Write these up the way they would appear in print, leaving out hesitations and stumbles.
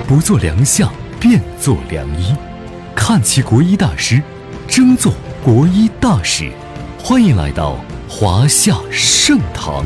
不做良相，便做良医。看齐国医大师，争做国医大使。欢迎来到华夏盛堂。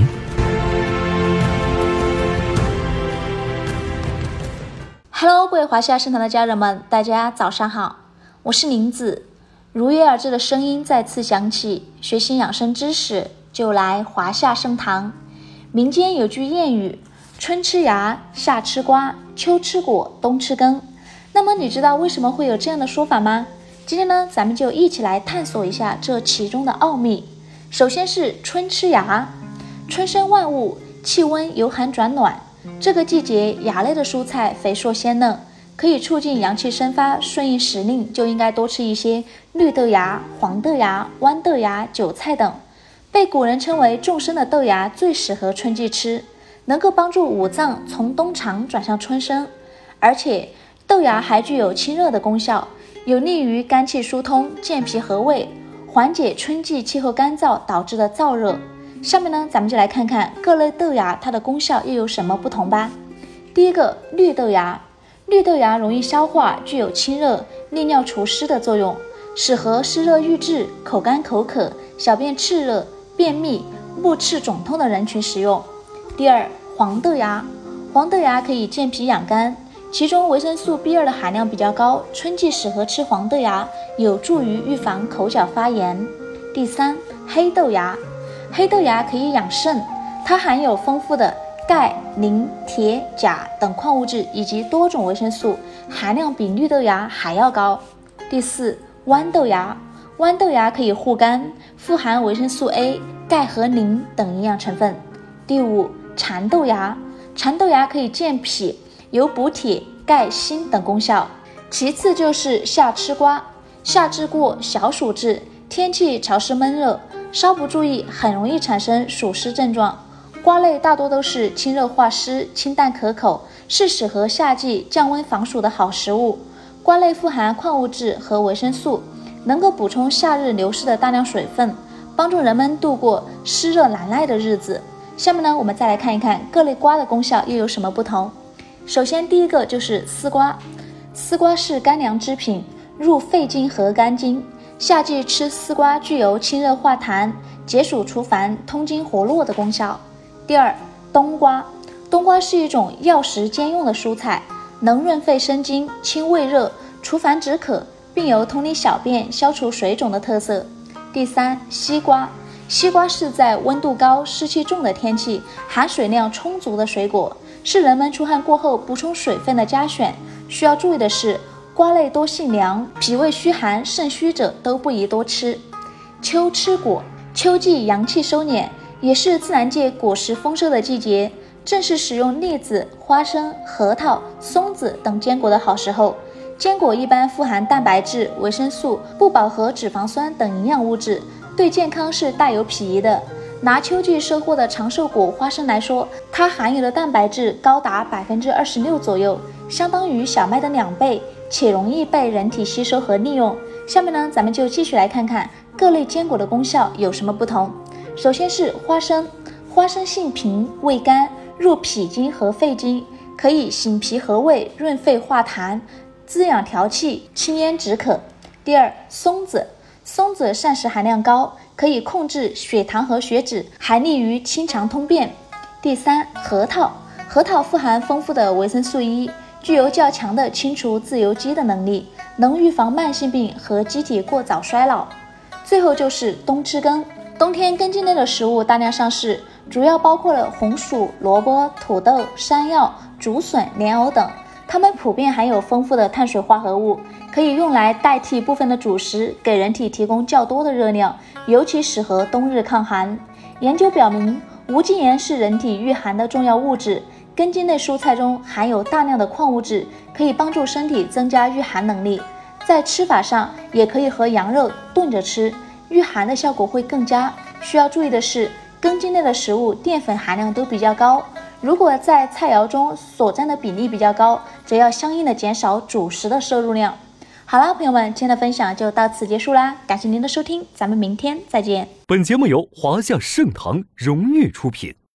Hello， 各位华夏盛堂的家人们，大家早上好，我是林子。如约而至的声音再次响起，学习养生知识就来华夏盛堂。民间有句谚语，春吃芽，夏吃瓜，秋吃果，冬吃根。那么你知道为什么会有这样的说法吗？今天呢，咱们就一起来探索一下这其中的奥秘。首先是春吃芽，春生万物，气温由寒转暖，这个季节芽类的蔬菜肥硕鲜嫩，可以促进阳气生发，顺应时令就应该多吃一些绿豆芽、黄豆芽、豌豆芽、韭菜等。被古人称为众生的豆芽最适合春季吃，能够帮助五脏从冬长转向春生，而且豆芽还具有清热的功效，有利于肝气疏通、健脾和胃，缓解春季气候干燥导致的燥热。下面呢，咱们就来看看各类豆芽它的功效又有什么不同吧。第一个，绿豆芽。绿豆芽容易消化，具有清热、利尿除湿的作用，适合湿热郁滞、口干口渴、小便赤热、便秘、目赤肿痛的人群食用。第二，黄豆芽。黄豆芽可以健脾养肝，其中维生素 B2 的含量比较高，春季适合吃黄豆芽，有助于预防口角发炎。第三，黑豆芽。黑豆芽可以养肾，它含有丰富的钙、磷、铁、钾等矿物质以及多种维生素，含量比绿豆芽还要高。第四，豌豆芽。豌豆芽可以护肝，富含维生素 A、钙和磷等营养成分。第五，蚕豆芽。蚕豆芽可以健脾，有补铁、钙、锌等功效。其次就是夏吃瓜。夏至过，小暑至，天气潮湿闷热，稍不注意很容易产生暑湿症状。瓜类大多都是清热化湿、清淡可口，是适合夏季降温防暑的好食物。瓜类富含矿物质和维生素，能够补充夏日流失的大量水分，帮助人们度过湿热难耐的日子。下面呢，我们再来看一看各类瓜的功效又有什么不同。首先第一个就是丝瓜。丝瓜是干粮之品，入肺经和肝经，夏季吃丝瓜具有清热化痰、解暑除烦、通经活络的功效。第二，冬瓜。冬瓜是一种药食兼用的蔬菜，能润肺生津、清胃热、除烦止渴，并有通利小便、消除水肿的特色。第三，西瓜。西瓜是在温度高、湿气重的天气，含水量充足的水果，是人们出汗过后补充水分的佳选。需要注意的是，瓜类多性凉，脾胃虚寒、肾虚者都不宜多吃。秋吃果。秋季阳气收敛，也是自然界果实丰收的季节，正是食用栗子、花生、核桃、松子等坚果的好时候。坚果一般富含蛋白质、维生素、不饱和脂肪酸等营养物质，对健康是大有裨益的。拿秋季收获的长寿果花生来说，它含有的蛋白质高达26%左右，相当于小麦的2倍，且容易被人体吸收和利用。下面呢，咱们就继续来看看各类坚果的功效有什么不同。首先是花生。花生性平，味甘，入脾经和肺经，可以醒脾和胃、润肺化痰、滋养调气、清咽止渴。第二，松子。松子膳食含量高，可以控制血糖和血脂，还利于清肠通便。第三，核桃。核桃富含丰富的维生素 E， 具有较强的清除自由基的能力，能预防慢性病和机体过早衰老。最后就是冬吃根。冬天根茎类的食物大量上市，主要包括了红薯、萝卜、土豆、山药、竹笋、莲藕等，它们普遍含有丰富的碳水化合物，可以用来代替部分的主食，给人体提供较多的热量，尤其适合冬日抗寒。研究表明，无机盐是人体御寒的重要物质，根茎类蔬菜中含有大量的矿物质，可以帮助身体增加御寒能力。在吃法上，也可以和羊肉炖着吃，御寒的效果会更佳。需要注意的是，根茎类的食物淀粉含量都比较高，如果在菜肴中所占的比例比较高，则要相应的减少主食的摄入量。好啦，朋友们，今天的分享就到此结束啦，感谢您的收听，咱们明天再见。 本节目由华夏盛堂荣誉出品。